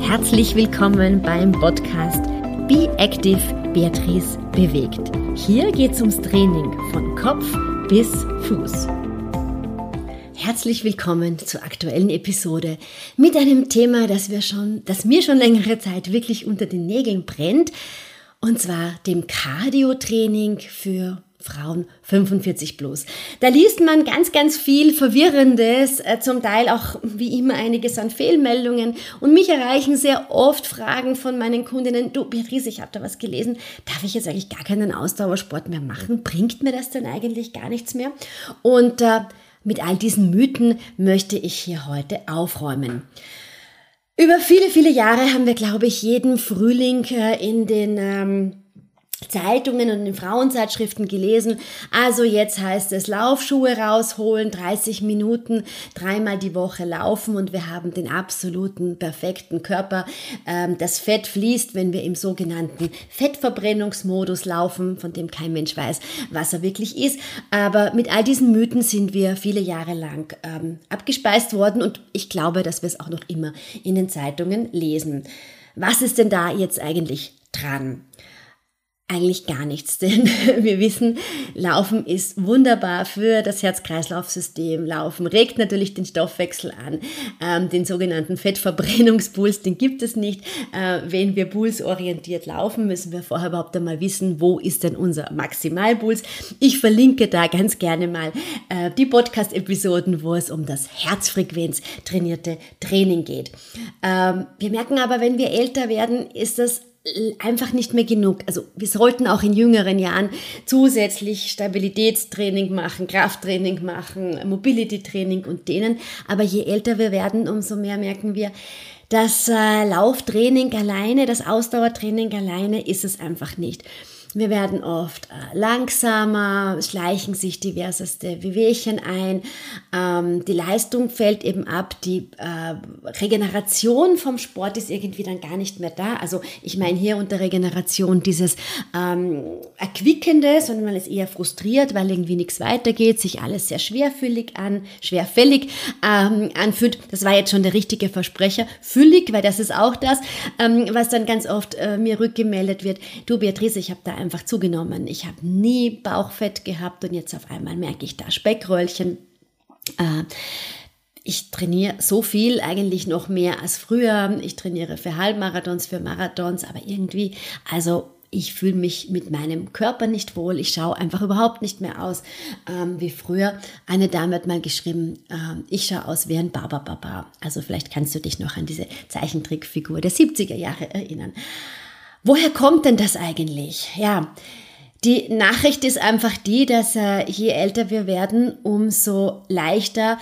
Herzlich willkommen beim Podcast Be Active Beatrice bewegt. Hier geht es ums Training von Kopf bis Fuß. Herzlich willkommen zur aktuellen Episode mit einem Thema, das mir schon längere Zeit wirklich unter den Nägeln brennt, und zwar dem Cardio-Training für Frauen 45 plus. Da liest man ganz viel Verwirrendes, zum Teil auch wie immer einiges an Fehlmeldungen, und mich erreichen sehr oft Fragen von meinen Kundinnen: Du Beatrice, ich habe da was gelesen, darf ich jetzt eigentlich gar keinen Ausdauersport mehr machen? Bringt mir das denn eigentlich gar nichts mehr? Und mit all diesen Mythen möchte ich hier heute aufräumen. Über viele Jahre haben wir, glaube ich, jeden Frühling in den Zeitungen und in Frauenzeitschriften gelesen: Also jetzt heißt es Laufschuhe rausholen, 30 Minuten, 3-mal die Woche laufen und wir haben den absoluten perfekten Körper. Das Fett fließt, wenn wir im sogenannten Fettverbrennungsmodus laufen, von dem kein Mensch weiß, was er wirklich ist. Aber mit all diesen Mythen sind wir viele Jahre lang abgespeist worden, und ich glaube, dass wir es auch noch immer in den Zeitungen lesen. Was ist denn da jetzt eigentlich dran? Eigentlich gar nichts, denn wir wissen, Laufen ist wunderbar für das Herz-Kreislauf-System. Laufen regt natürlich den Stoffwechsel an. Den sogenannten Fettverbrennungspuls, den gibt es nicht. Wenn wir pulsorientiert laufen, müssen wir vorher überhaupt einmal wissen, wo ist denn unser Maximalpuls. Ich verlinke da ganz gerne mal die Podcast-Episoden, wo es um das herzfrequenz-trainierte Training geht. Wir merken aber, wenn wir älter werden, ist das einfach nicht mehr genug. Also wir sollten auch in jüngeren Jahren zusätzlich Stabilitätstraining machen, Krafttraining machen, Mobility-Training und dehnen. Aber je älter wir werden, umso mehr merken wir, das Lauftraining alleine, das Ausdauertraining alleine ist es einfach nicht. Wir werden oft langsamer, schleichen sich diverseste Wehwehchen ein, die Leistung fällt eben ab, die Regeneration vom Sport ist irgendwie dann gar nicht mehr da. Also ich meine hier unter Regeneration dieses Erquickende, sondern man ist eher frustriert, weil irgendwie nichts weitergeht, sich alles sehr schwerfällig anfühlt. Das war jetzt schon der richtige Versprecher. Füllig, weil das ist auch das, was dann ganz oft mir rückgemeldet wird: Du Beatrice, ich habe da einfach zugenommen. Ich habe nie Bauchfett gehabt und jetzt auf einmal merke ich da Speckröllchen. Ich trainiere so viel, eigentlich noch mehr als früher. Ich trainiere für Halbmarathons, für Marathons, aber irgendwie, also ich fühle mich mit meinem Körper nicht wohl. Ich schaue einfach überhaupt nicht mehr aus wie früher. Eine Dame hat mal geschrieben, ich schaue aus wie ein Baba. Also vielleicht kannst du dich noch an diese Zeichentrickfigur der 70er Jahre erinnern. Woher kommt denn das eigentlich? Ja, die Nachricht ist einfach die, dass je älter wir werden, umso leichter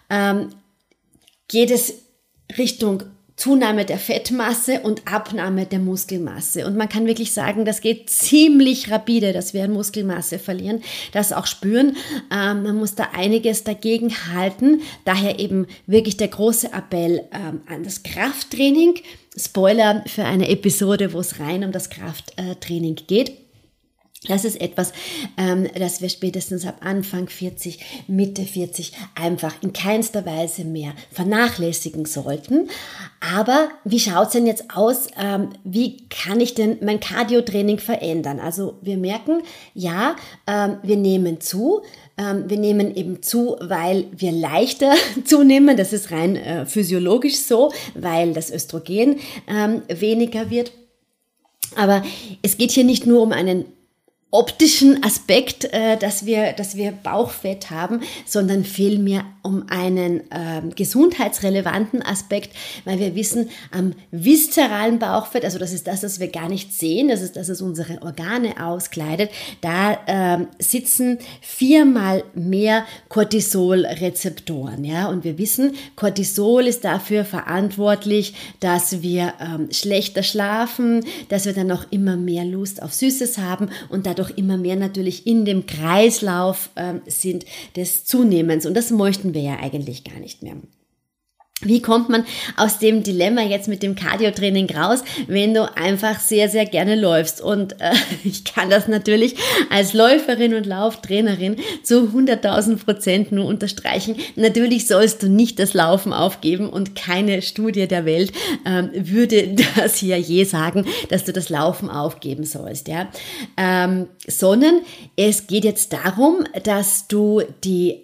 geht es Richtung Zunahme der Fettmasse und Abnahme der Muskelmasse. Und man kann wirklich sagen, das geht ziemlich rapide, dass wir an Muskelmasse verlieren, das auch spüren. Man muss da einiges dagegen halten. Daher eben wirklich der große Appell an das Krafttraining. Spoiler für eine Episode, wo es rein um das Krafttraining geht. Das ist etwas, das wir spätestens ab Anfang 40, Mitte 40 einfach in keinster Weise mehr vernachlässigen sollten. Aber wie schaut's denn jetzt aus? Wie kann ich denn mein Cardio-Training verändern? Also wir merken, ja, wir nehmen zu. Wir nehmen eben zu, weil wir leichter zunehmen. Das ist rein physiologisch so, weil das Östrogen weniger wird. Aber es geht hier nicht nur um einen optischen Aspekt, dass wir Bauchfett haben, sondern vielmehr um einen gesundheitsrelevanten Aspekt, weil wir wissen, am viszeralen Bauchfett, also das ist das, was wir gar nicht sehen, das ist das, was unsere Organe auskleidet, da sitzen 4-mal mehr Cortisol-Rezeptoren, ja, und wir wissen, Cortisol ist dafür verantwortlich, dass wir schlechter schlafen, dass wir dann auch immer mehr Lust auf Süßes haben und dadurch immer mehr natürlich in dem Kreislauf sind des Zunehmens. Und das möchten wir ja eigentlich gar nicht mehr. Wie kommt man aus dem Dilemma jetzt mit dem Cardio-Training raus, wenn du einfach sehr, sehr gerne läufst? Und ich kann das natürlich als Läuferin und Lauftrainerin zu 100.000% nur unterstreichen. Natürlich sollst du nicht das Laufen aufgeben und keine Studie der Welt würde das hier je sagen, dass du das Laufen aufgeben sollst, ja? Sondern es geht jetzt darum, dass du die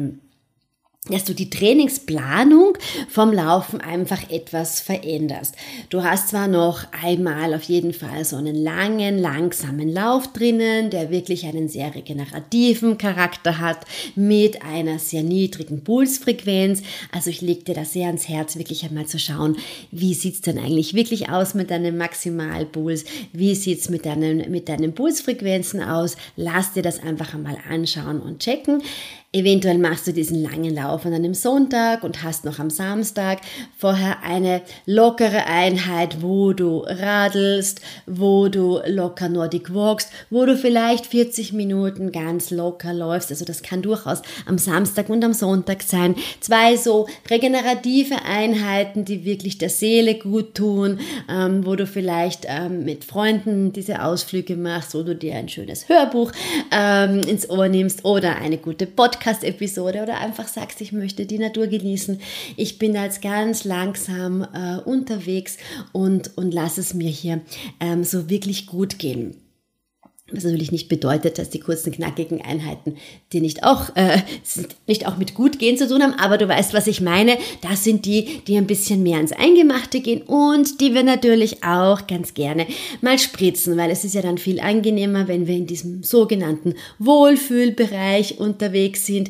Trainingsplanung vom Laufen einfach etwas veränderst. Du hast zwar noch einmal auf jeden Fall so einen langen, langsamen Lauf drinnen, der wirklich einen sehr regenerativen Charakter hat, mit einer sehr niedrigen Pulsfrequenz. Also ich lege dir das sehr ans Herz, wirklich einmal zu schauen, wie sieht's denn eigentlich wirklich aus mit deinem Maximalpuls, wie sieht's mit deinen Pulsfrequenzen aus. Lass dir das einfach einmal anschauen und checken. Eventuell machst du diesen langen Lauf an einem Sonntag und hast noch am Samstag vorher eine lockere Einheit, wo du radelst, wo du locker Nordic walkst, wo du vielleicht 40 Minuten ganz locker läufst. Also das kann durchaus am Samstag und am Sonntag sein. 2 so regenerative Einheiten, die wirklich der Seele gut tun, wo du vielleicht mit Freunden diese Ausflüge machst, wo du dir ein schönes Hörbuch ins Ohr nimmst oder eine gute Podcast-Episode oder einfach sagst, ich möchte die Natur genießen. Ich bin jetzt ganz langsam unterwegs und lass es mir hier so wirklich gut gehen. Was natürlich nicht bedeutet, dass die kurzen, knackigen Einheiten die nicht auch mit gut gehen zu tun haben, aber du weißt, was ich meine. Das sind die ein bisschen mehr ins Eingemachte gehen und die wir natürlich auch ganz gerne mal spritzen, weil es ist ja dann viel angenehmer, wenn wir in diesem sogenannten Wohlfühlbereich unterwegs sind,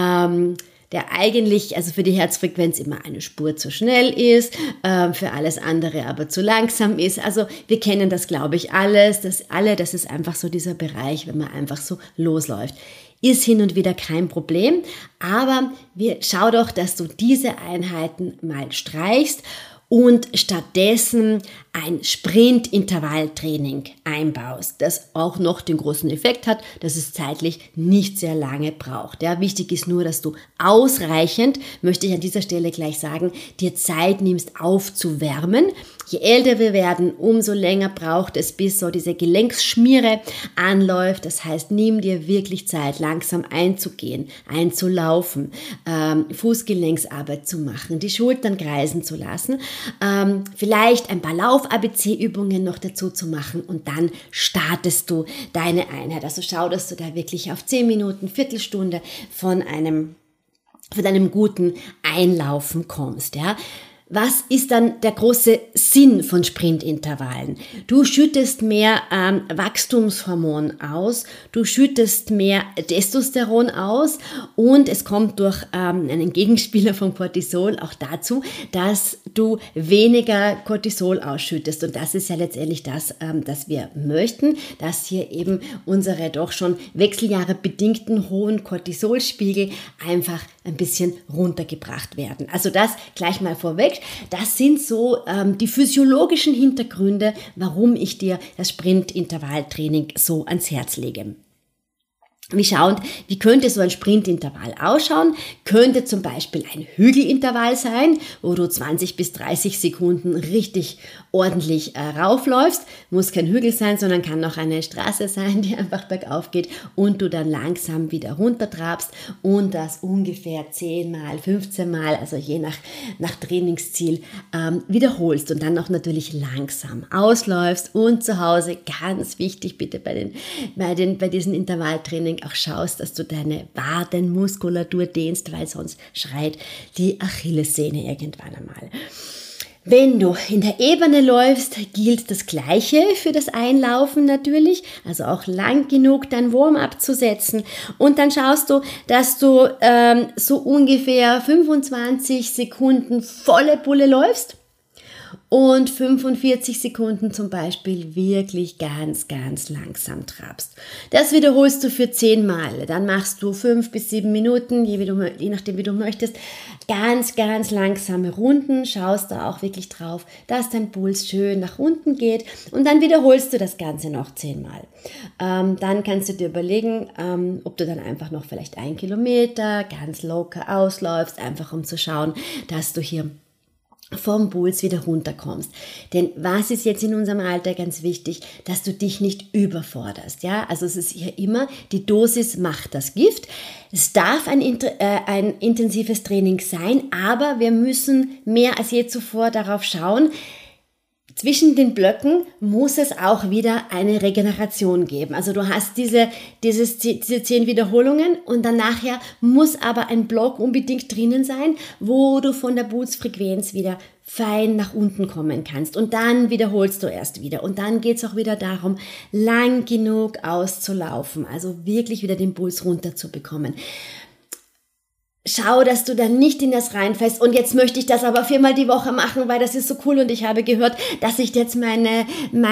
der eigentlich, also für die Herzfrequenz immer eine Spur zu schnell ist, für alles andere aber zu langsam ist. Also wir kennen das, glaube ich, das ist einfach so dieser Bereich, wenn man einfach so losläuft. Ist hin und wieder kein Problem, aber schau doch, dass du diese Einheiten mal streichst und stattdessen ein Sprint-Intervalltraining einbaust, das auch noch den großen Effekt hat, dass es zeitlich nicht sehr lange braucht. Ja, wichtig ist nur, dass du ausreichend, möchte ich an dieser Stelle gleich sagen, dir Zeit nimmst aufzuwärmen. Je älter wir werden, umso länger braucht es, bis so diese Gelenksschmiere anläuft. Das heißt, nimm dir wirklich Zeit, langsam einzugehen, einzulaufen, Fußgelenksarbeit zu machen, die Schultern kreisen zu lassen, vielleicht ein paar Lauf-ABC-Übungen noch dazu zu machen und dann startest du deine Einheit. Also schau, dass du da wirklich auf 10 Minuten, Viertelstunde von einem guten Einlaufen kommst, ja. Was ist dann der große Sinn von Sprintintervallen? Du schüttest mehr Wachstumshormon aus, du schüttest mehr Testosteron aus und es kommt durch einen Gegenspieler von Cortisol auch dazu, dass du weniger Cortisol ausschüttest. Und das ist ja letztendlich das wir möchten, dass hier eben unsere doch schon Wechseljahre bedingten hohen Cortisolspiegel einfach ein bisschen runtergebracht werden. Also das gleich mal vorweg. Das sind so die physiologischen Hintergründe, warum ich dir das Sprint-Intervalltraining so ans Herz lege. Wie könnte so ein Sprintintervall ausschauen? Könnte zum Beispiel ein Hügelintervall sein, wo du 20 bis 30 Sekunden richtig ordentlich raufläufst. Muss kein Hügel sein, sondern kann auch eine Straße sein, die einfach bergauf geht und du dann langsam wieder runter trabst und das ungefähr 10 mal, 15 mal, also je nach Trainingsziel wiederholst und dann auch natürlich langsam ausläufst und zu Hause, ganz wichtig bitte bei diesem Intervalltraining, auch schaust, dass du deine Wadenmuskulatur dehnst, weil sonst schreit die Achillessehne irgendwann einmal. Wenn du in der Ebene läufst, gilt das Gleiche für das Einlaufen natürlich, also auch lang genug dein Warm-up zu setzen und dann schaust du, dass du so ungefähr 25 Sekunden volle Pulle läufst und 45 Sekunden zum Beispiel wirklich ganz, ganz langsam trabst. Das wiederholst du für 10 Mal. Dann machst du 5 bis 7 Minuten, je nachdem wie du möchtest, ganz, ganz langsame Runden. Schaust da auch wirklich drauf, dass dein Puls schön nach unten geht und dann wiederholst du das Ganze noch 10 Mal. Dann kannst du dir überlegen, ob du dann einfach noch vielleicht 1 Kilometer ganz locker ausläufst, einfach um zu schauen, dass du hier vom Puls wieder runterkommst. Denn was ist jetzt in unserem Alter ganz wichtig, dass du dich nicht überforderst, ja? Also es ist hier immer, die Dosis macht das Gift. Es darf ein intensives Training sein, aber wir müssen mehr als je zuvor darauf schauen, zwischen den Blöcken muss es auch wieder eine Regeneration geben. Also du hast diese 10 Wiederholungen und dann nachher muss aber ein Block unbedingt drinnen sein, wo du von der Pulsfrequenz wieder fein nach unten kommen kannst. Und dann wiederholst du erst wieder. Und dann geht es auch wieder darum, lang genug auszulaufen. Also wirklich wieder den Puls runterzubekommen. Schau, dass du dann nicht in das reinfällst und jetzt möchte ich das aber 4-mal die Woche machen, weil das ist so cool und ich habe gehört, dass ich jetzt meine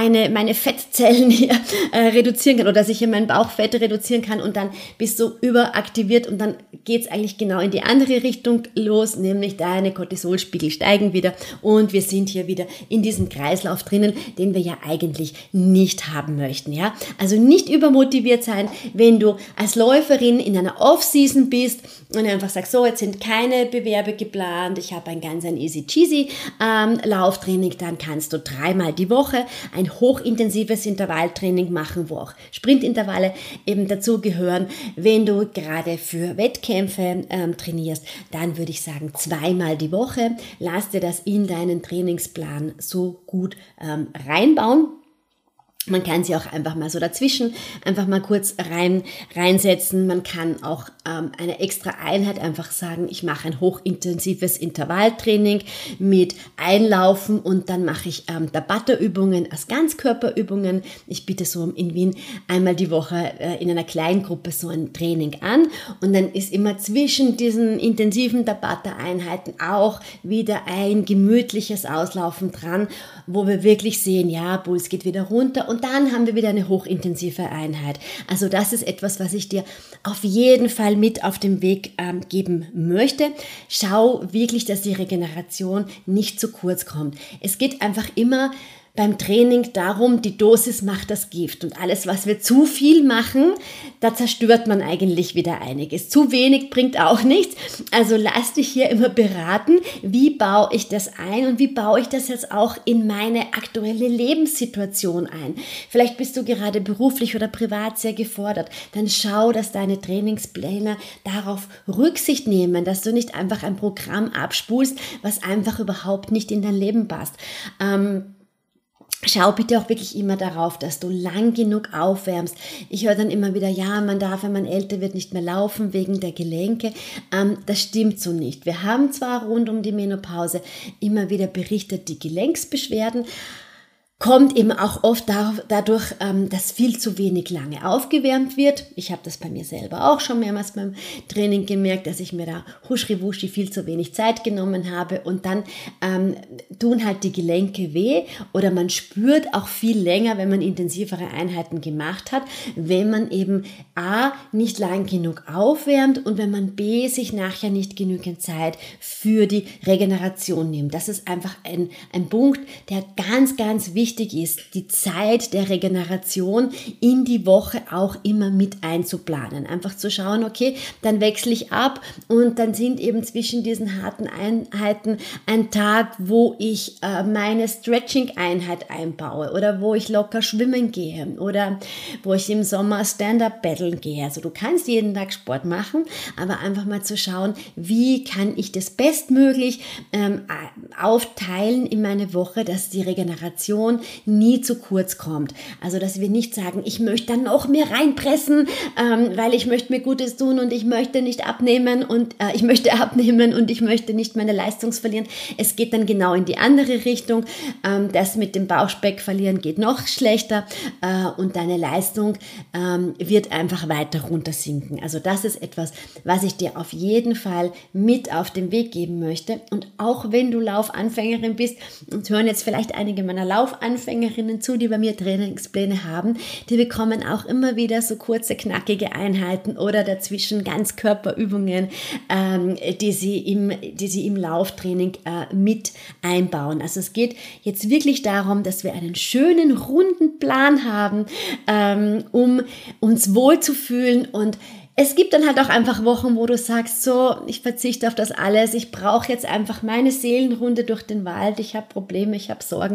Fettzellen hier reduzieren kann oder dass ich hier mein Bauchfett reduzieren kann und dann bist du überaktiviert und dann geht's eigentlich genau in die andere Richtung los, nämlich deine Cortisolspiegel steigen wieder und wir sind hier wieder in diesem Kreislauf drinnen, den wir ja eigentlich nicht haben möchten, ja? Also nicht übermotiviert sein, wenn du als Läuferin in einer Off-Season bist und einfach sagst, so, jetzt sind keine Bewerbe geplant, ich habe ein ganz easy cheesy Lauftraining, dann kannst du 3-mal die Woche ein hochintensives Intervalltraining machen, wo auch Sprintintervalle eben dazugehören. Wenn du gerade für Wettkämpfe trainierst, dann würde ich sagen 2-mal die Woche. Lass dir das in deinen Trainingsplan so gut reinbauen. Man kann sie auch einfach mal so dazwischen einfach mal kurz reinsetzen. Man kann auch eine extra Einheit einfach sagen, ich mache ein hochintensives Intervalltraining mit Einlaufen und dann mache ich Tabata-Übungen als Ganzkörperübungen. Ich biete so in Wien 1-mal die Woche in einer kleinen Gruppe so ein Training an und dann ist immer zwischen diesen intensiven Tabata-Einheiten auch wieder ein gemütliches Auslaufen dran, wo wir wirklich sehen, ja, Puls geht wieder runter und dann haben wir wieder eine hochintensive Einheit. Also das ist etwas, was ich dir auf jeden Fall mit auf den Weg geben möchte. Schau wirklich, dass die Regeneration nicht zu kurz kommt. Es geht einfach immer beim Training darum, die Dosis macht das Gift und alles, was wir zu viel machen, da zerstört man eigentlich wieder einiges. Zu wenig bringt auch nichts, also lass dich hier immer beraten, wie baue ich das ein und wie baue ich das jetzt auch in meine aktuelle Lebenssituation ein. Vielleicht bist du gerade beruflich oder privat sehr gefordert, dann schau, dass deine Trainingspläne darauf Rücksicht nehmen, dass du nicht einfach ein Programm abspulst, was einfach überhaupt nicht in dein Leben passt. Schau bitte auch wirklich immer darauf, dass du lang genug aufwärmst. Ich höre dann immer wieder, ja, man darf, wenn man älter wird, nicht mehr laufen wegen der Gelenke. Das stimmt so nicht. Wir haben zwar rund um die Menopause immer wieder berichtet, die Gelenksbeschwerden, kommt eben auch oft dadurch, dass viel zu wenig lange aufgewärmt wird. Ich habe das bei mir selber auch schon mehrmals beim Training gemerkt, dass ich mir da huschri-wuschi viel zu wenig Zeit genommen habe und dann tun halt die Gelenke weh oder man spürt auch viel länger, wenn man intensivere Einheiten gemacht hat, wenn man eben A, nicht lang genug aufwärmt und wenn man B, sich nachher nicht genügend Zeit für die Regeneration nimmt. Das ist einfach ein Punkt, der ganz, ganz wichtig ist, die Zeit der Regeneration in die Woche auch immer mit einzuplanen. Einfach zu schauen, okay, dann wechsle ich ab und dann sind eben zwischen diesen harten Einheiten ein Tag, wo ich meine Stretching-Einheit einbaue oder wo ich locker schwimmen gehe oder wo ich im Sommer Stand-Up-Paddeln gehe. Also du kannst jeden Tag Sport machen, aber einfach mal zu schauen, wie kann ich das bestmöglich aufteilen in meine Woche, dass die Regeneration Motivation nie zu kurz kommt. Also, dass wir nicht sagen, ich möchte dann noch mehr reinpressen, weil ich möchte mir Gutes tun und ich möchte nicht abnehmen und ich möchte abnehmen und ich möchte nicht meine Leistung verlieren. Es geht dann genau in die andere Richtung. Das mit dem Bauchspeck verlieren geht noch schlechter und deine Leistung wird einfach weiter runtersinken. Also das ist etwas, was ich dir auf jeden Fall mit auf den Weg geben möchte. Und auch wenn du Laufanfängerin bist, und hören jetzt vielleicht einige meiner Laufanfängerinnen zu, die bei mir Trainingspläne haben, die bekommen auch immer wieder so kurze, knackige Einheiten oder dazwischen Ganzkörperübungen, die sie im Lauftraining mit einbauen. Also es geht jetzt wirklich darum, dass wir einen schönen, runden Plan haben, um uns wohlzufühlen. Und es gibt dann halt auch einfach Wochen, wo du sagst, so, ich verzichte auf das alles, ich brauche jetzt einfach meine Seelenrunde durch den Wald, ich habe Probleme, ich habe Sorgen,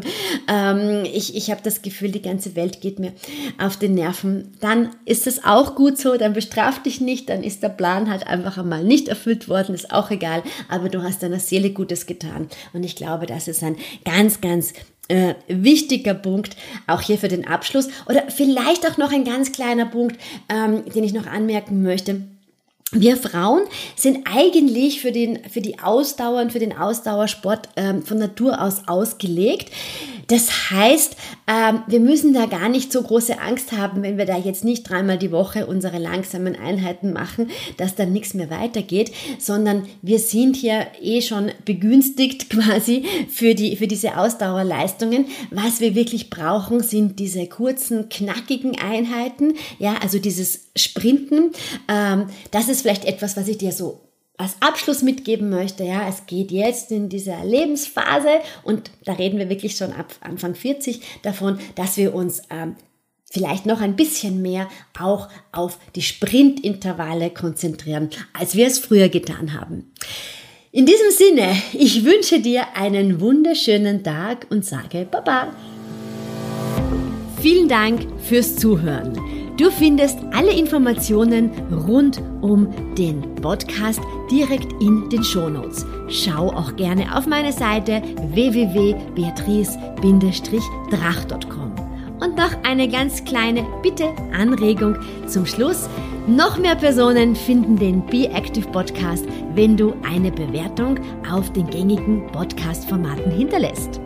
ich habe das Gefühl, die ganze Welt geht mir auf den Nerven. Dann ist es auch gut so, dann bestraf dich nicht, dann ist der Plan halt einfach einmal nicht erfüllt worden, ist auch egal, aber du hast deiner Seele Gutes getan. Und ich glaube, das ist ein ganz, ganz wichtiger Punkt, auch hier für den Abschluss. Oder vielleicht auch noch ein ganz kleiner Punkt, den ich noch anmerken möchte. Wir Frauen sind eigentlich für die Ausdauer und für den Ausdauersport von Natur aus ausgelegt. Das heißt, wir müssen da gar nicht so große Angst haben, wenn wir da jetzt nicht 3-mal die Woche unsere langsamen Einheiten machen, dass dann nichts mehr weitergeht, sondern wir sind hier schon begünstigt quasi für diese Ausdauerleistungen. Was wir wirklich brauchen, sind diese kurzen, knackigen Einheiten, ja, also dieses Sprinten. Das ist vielleicht etwas, was ich dir so als Abschluss mitgeben möchte. Ja, es geht jetzt in dieser Lebensphase und da reden wir wirklich schon ab Anfang 40 davon, dass wir uns vielleicht noch ein bisschen mehr auch auf die Sprintintervalle konzentrieren, als wir es früher getan haben. In diesem Sinne, ich wünsche dir einen wunderschönen Tag und sage Baba. Vielen Dank fürs Zuhören. Du findest alle Informationen rund um den Podcast direkt in den Shownotes. Schau auch gerne auf meine Seite www.beatrice-drach.com. Und noch eine ganz kleine Bitte-Anregung zum Schluss. Noch mehr Personen finden den Be Active Podcast, wenn du eine Bewertung auf den gängigen Podcast-Formaten hinterlässt.